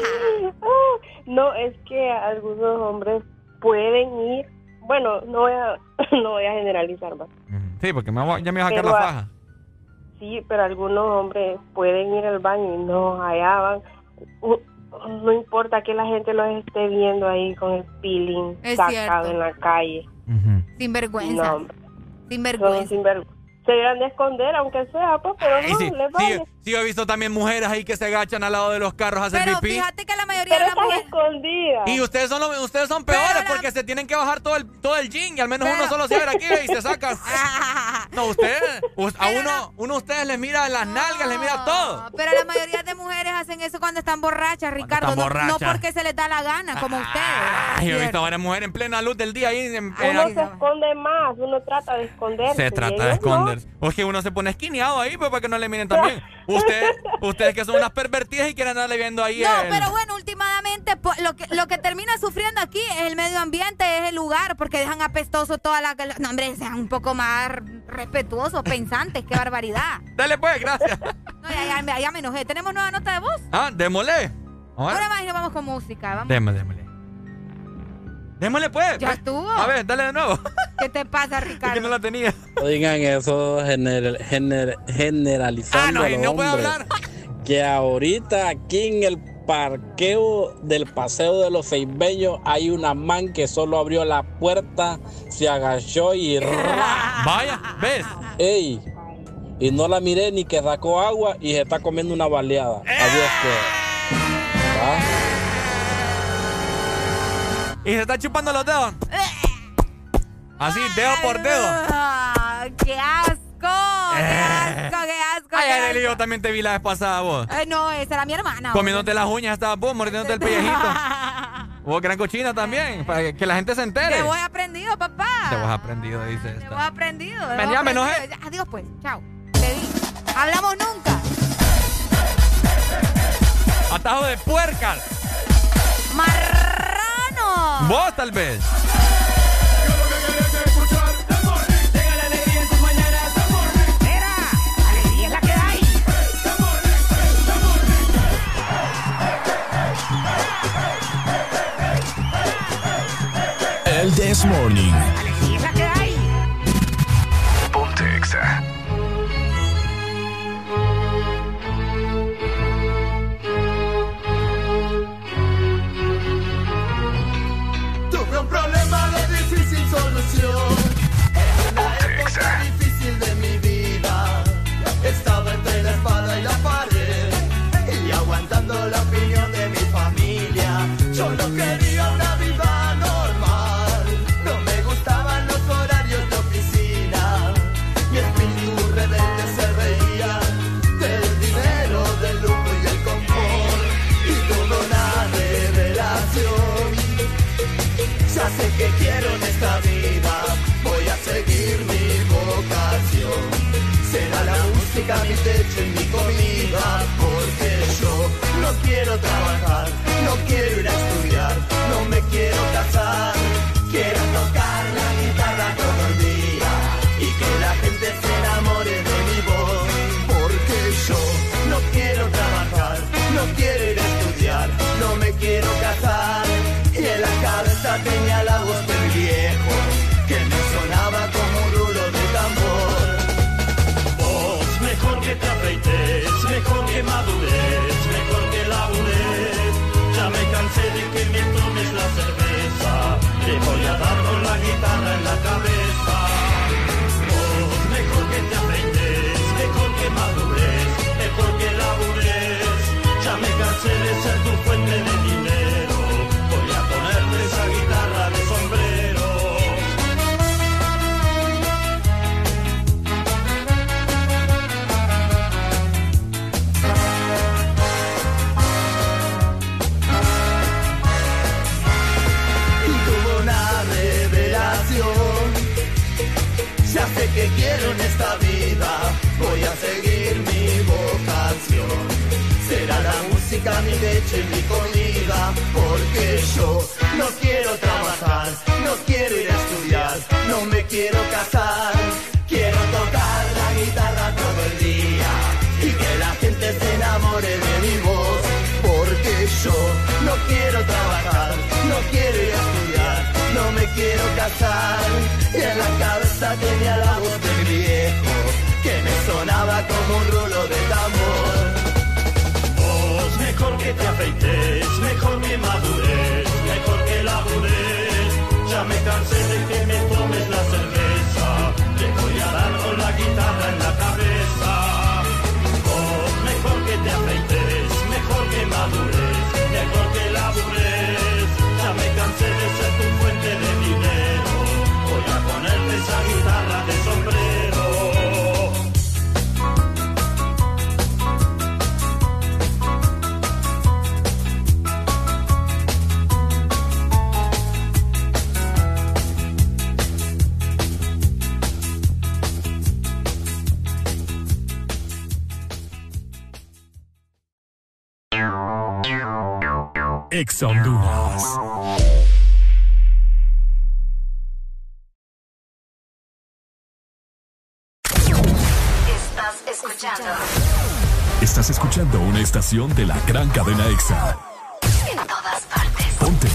No, es que algunos hombres pueden ir, bueno, no voy a, no voy a generalizar más. Sí, porque me voy- ya me voy a sacar Pero la a- faja. Sí, pero algunos hombres pueden ir al baño y no, allá van. U- No importa que la gente los esté viendo ahí con el peeling Es sacado cierto. en la calle. Sin vergüenza. No, hombre. Sin Son vergüenza. sinver- Se deberán de esconder, aunque sea, pues, pero Ay, no, sí, les sí, vale. sí, he visto también mujeres ahí que se agachan al lado de los carros a hacer Pero pipí. fíjate que la mayoría Pero de las están mujeres... escondidas. Y ustedes son, los- ustedes son peores porque se tienen que bajar todo el, todo el jean y al menos uno solo se ve aquí y se saca. No, ustedes, us- a uno, uno de ustedes les mira las nalgas, les mira todo. Pero la mayoría de mujeres hacen eso cuando están borrachas, Ricardo. están No, no borrachas. porque se les da la gana, como ustedes. Ay, yo he visto a varias mujeres en plena luz del día ahí. En, en- Uno se esconde más, uno trata de esconderse. se y trata de ellos esconderse. O es que uno se pone esquineado ahí pues, para que no le miren también. Ustedes, ustedes que son unas pervertidas y quieren andarle viendo ahí. No, el- pero bueno, últimamente po- lo que lo que termina sufriendo aquí es el medio ambiente, es el lugar, porque dejan apestoso toda la... No, hombre, sean un poco más respetuosos, pensantes, qué barbaridad. Dale pues, gracias. No, ya, ya, me- ya me enojé. ¿Tenemos nueva nota de voz? Ah, démosle. Ahora, Ahora más y nos vamos con música. Vamos. démosle, démosle. Démosle pues. Ya pues. estuvo. A ver, dale de nuevo. ¿Qué te pasa, Ricardo? Que no la tenía. Oigan, eso gener- gener- generalizando Ah, no, a los no puede hombres. hablar. Que ahorita aquí en el parqueo del Paseo de los Ceibeños hay una man que solo abrió la puerta, se agachó y... ¡ra! Vaya, ¿ves? ¡Ey! Y no la miré ni que sacó agua y se está comiendo una baleada. Adiós, que... ¿Ah? Y se está chupando los dedos. Así, dedo por dedo. Ah, ¡Qué asco! ¡Qué asco, qué asco! Ay, qué Arely, yo asco! también te vi la vez pasada vos. Ay, no, esa era mi hermana. Comiéndote las uñas estabas vos, mordiéndote el pellejito. Vos, gran cochina también, para que, que la gente se entere. Te voy aprendido, papá. Te vos aprendido, dice Te voy esta. aprendido. te Ven, voy ya me aprendido. enojé. Ya, Adiós, pues. Chao. Te di. Hablamos nunca. Atajo de puercas. Marrano. Vos tal vez. El This Morning. ¡Alegría es la que hay! Ponte Exa. Tuve un problema de difícil solución. En una época difícil de mi vida. Estaba entre la espada y la pared. Y aguantando la opinión de mi familia. Solo quería una vida normal. No me gustaban los horarios de oficina. Mi espíritu rebelde se reía del dinero, del lujo y el confort. Y tuve una revelación. Ya sé que quiero en esta vida. Voy a seguir mi vocación. Será la música mi techo y mi comida. Porque yo no quiero trabajar, no quiero ir a estudiar, no me quiero casar. Quiero tocar la guitarra todo el día y que la gente se enamore de mi voz. Porque yo no quiero trabajar, no quiero ir a estudiar, no me quiero casar. Y en la cabeza tenía la voz del viejo que me sonaba como un rulo de tambor. Vos, mejor que te afeites, mejor que madures, mejor que labures. Ya me cansé de que me tomes la cerveza, te voy a dar con la guitarra en la cabeza. Vos, mejor que te afeites, mejor que madures, mejor que labures. Ya me cansé de ser tu fuente de dinero, voy a ponerte esa guitarra de sombrero. Y tuvo una revelación. Ya sé que quiero en esta vida, voy a seguir mi vocación. Será la música mi leche y mi comida. Porque yo no quiero trabajar, no quiero ir a estudiar, no me quiero casar. Quiero tocar la guitarra todo el día y que la gente se enamore de mi voz. Porque yo no quiero trabajar, no quiero ir a estudiar, no me quiero casar. Y en la cabeza tenía la voz del viejo que me sonaba como un rulo de tambor. Vos, mejor que te afeites, mejor que madures, mejor que labures. Ya me cansé de que me tomes la cerveza, te voy a dar con la guitarra en la cabeza. Vos, mejor que te afeites, mejor que madures, mejor que labures. Ya me cansé de ser tu fuente de dinero, voy a ponerte esa guitarra de sombrero. Exa Honduras. Estás escuchando. Estás escuchando una estación de la gran cadena Exa. En todas partes. Ponte.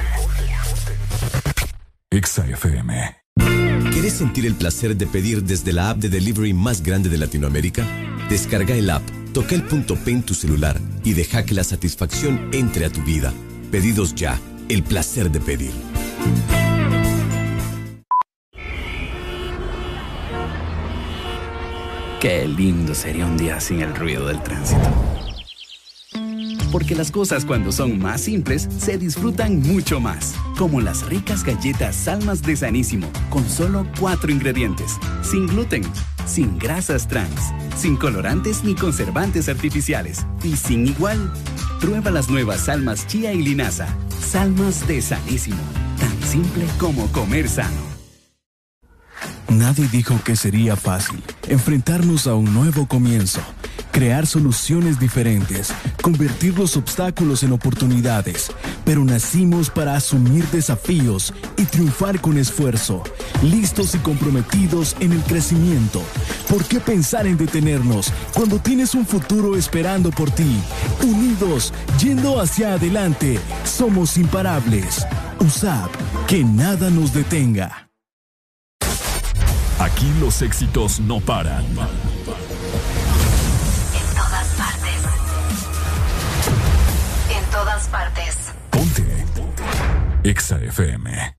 Exa F M. ¿Quieres sentir el placer de pedir desde la app de delivery más grande de Latinoamérica? Descarga el app, toca el punto P en tu celular y deja que la satisfacción entre a tu vida. Pedidos ya, el placer de pedir. Qué lindo sería un día sin el ruido del tránsito. Porque las cosas cuando son más simples se disfrutan mucho más. Como las ricas galletas Salmas de Sanísimo, con solo cuatro ingredientes. Sin gluten, sin grasas trans, sin colorantes ni conservantes artificiales. Y sin igual. Prueba las nuevas Salmas Chía y Linaza. Salmas de Sanísimo. Tan simple como comer sano. Nadie dijo que sería fácil enfrentarnos a un nuevo comienzo, crear soluciones diferentes, convertir los obstáculos en oportunidades, pero nacimos para asumir desafíos y triunfar con esfuerzo, listos y comprometidos en el crecimiento. ¿Por qué pensar en detenernos cuando tienes un futuro esperando por ti? Unidos, yendo hacia adelante, somos imparables. U S A P, que nada nos detenga. Aquí los éxitos no paran. En todas partes. En todas partes. Ponte. Exa F M.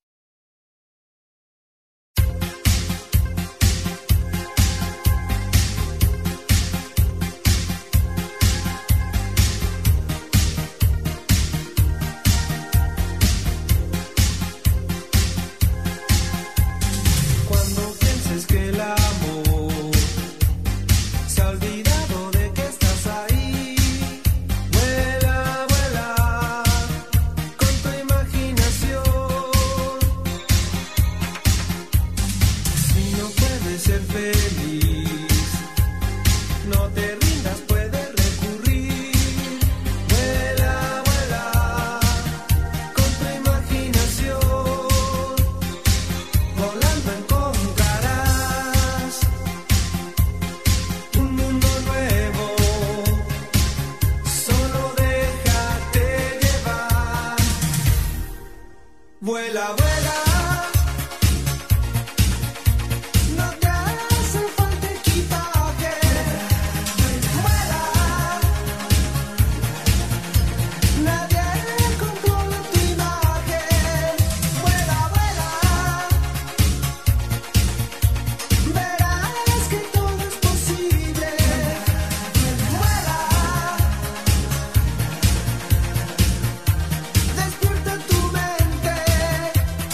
Vuela, vuela. No te hace falta equipaje. Vuela. Nadie controla tu imagen. Vuela, vuela. Verás que todo es posible. Vuela. Despierta tu mente.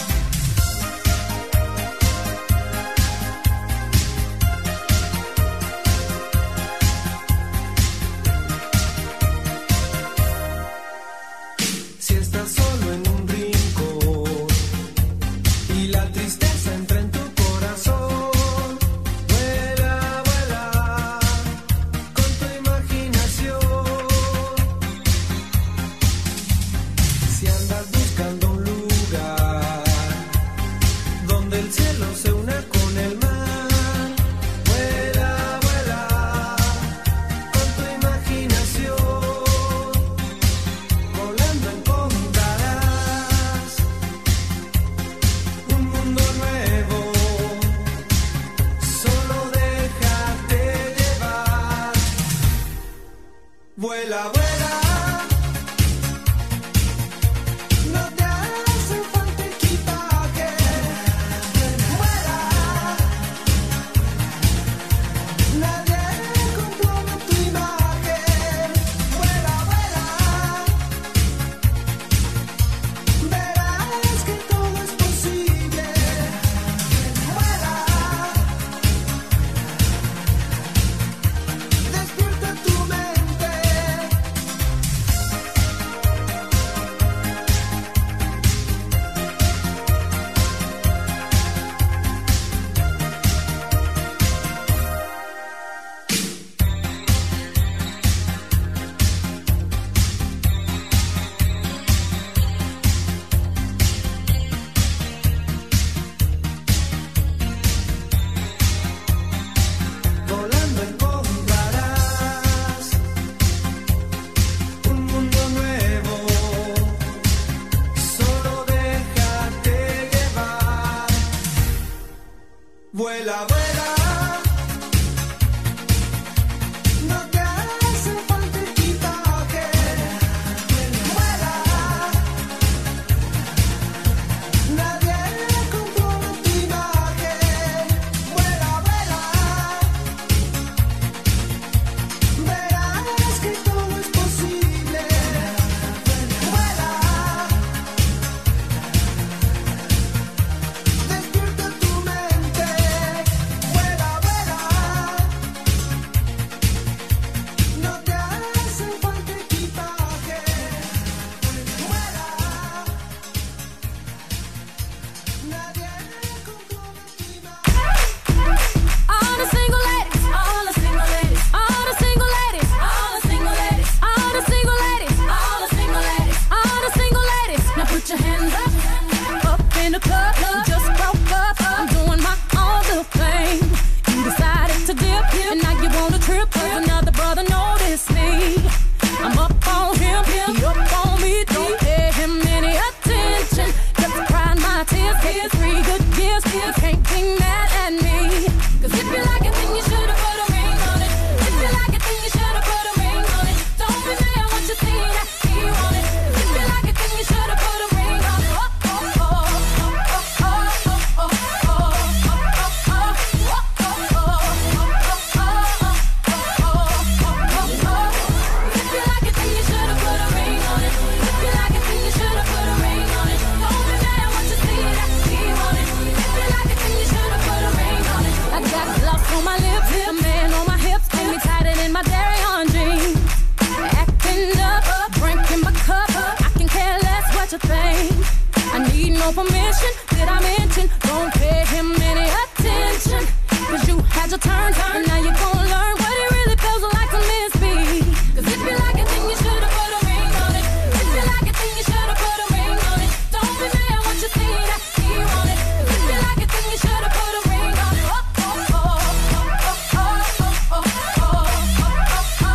mission. Did I mention? Don't pay him any attention. Cause you had your turn, and now you're gonna learn what it really feels like to miss me. Cause if you like it, then you should've put a ring on it. If you like it, then you should've put a ring on it. Don't be mad once you see that he on it. Cause if you like it, then you should've put a ring on it. Oh, oh, oh, oh, oh, oh, oh, oh, oh,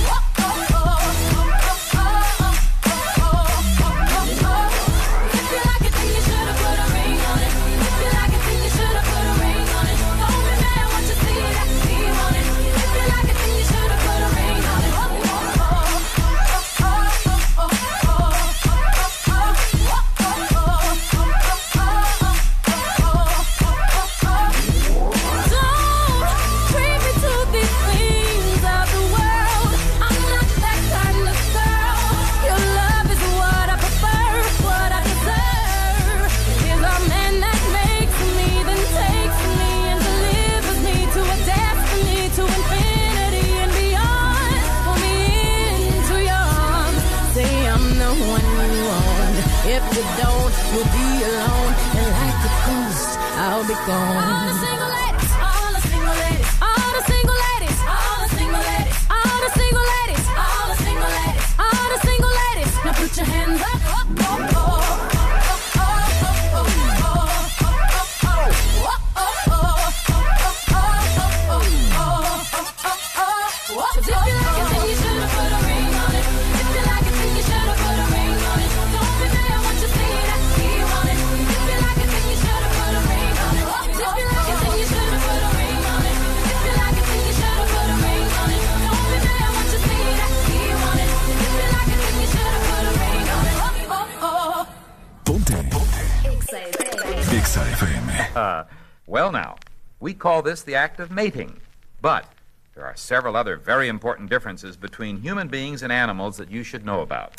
If you like it, then you should've put a ring on it. If you like it, then you should've put a ring on it. Don't be mad once you see that he on it. If you like it, then you should've put a ring on it. Oh, oh, oh, oh, oh, oh, Don't treat me to these things of the world. I'm not that kind of girl. Your love is what I prefer, what I deserve. Is a man that makes me, then takes me and delivers me to a destiny, to infinity and beyond. Pull me into your arms. Say I'm the one you want. If you don't, you'll be alone. And like a ghost, I'll be gone. All the single ladies, all the single ladies, all the single ladies, all the single ladies, all the single ladies, all the single ladies, all the single ladies. Now put your hands up. Oh, oh, oh. If you like it, then you should've put a ring on it. If you like it, then you should've put a ring on it. Don't be mad once you see that he on it. If you like it, then you should've put a ring on it. If you like it, then you should've put a ring on it. If you like it, then you should've put a ring on it. Don't be mad once you see that he on it. If you like it, then you should've put a ring on it. Oh, oh, oh. Ponte. Exa F M. Uh, well now, we call this the act of mating, but there are several other very important differences between human beings and animals that you should know about.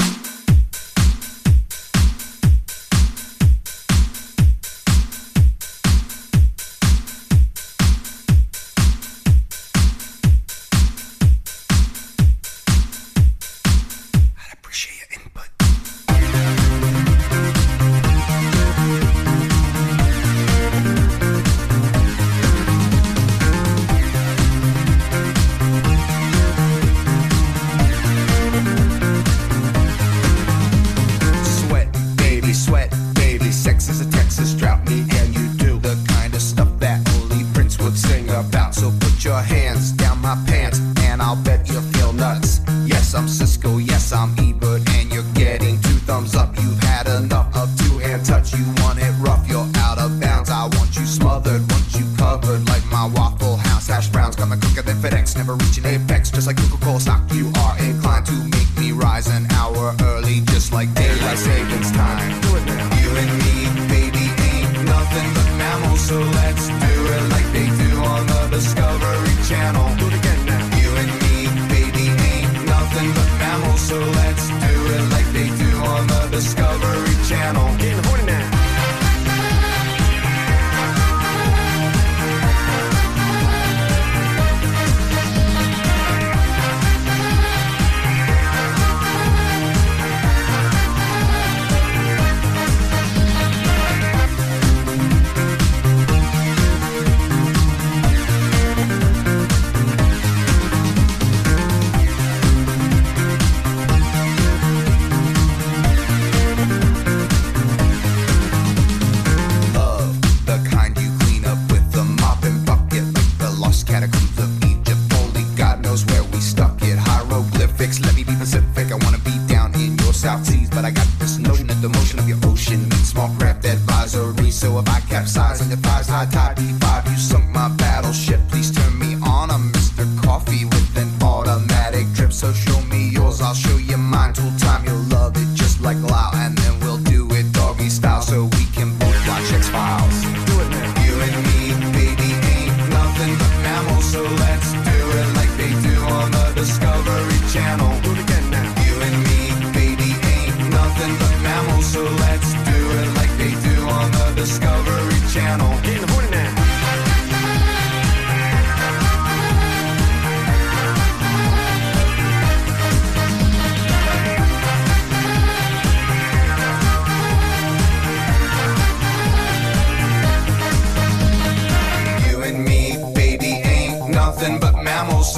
Discovery Channel. Getting horny now.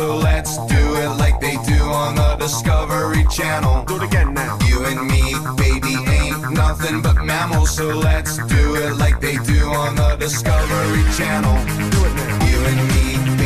so let's do it like they do on the Discovery Channel. Do it again now. You and me, baby, ain't nothing but mammals, so let's do it like they do on the Discovery Channel. Do it now. You and me,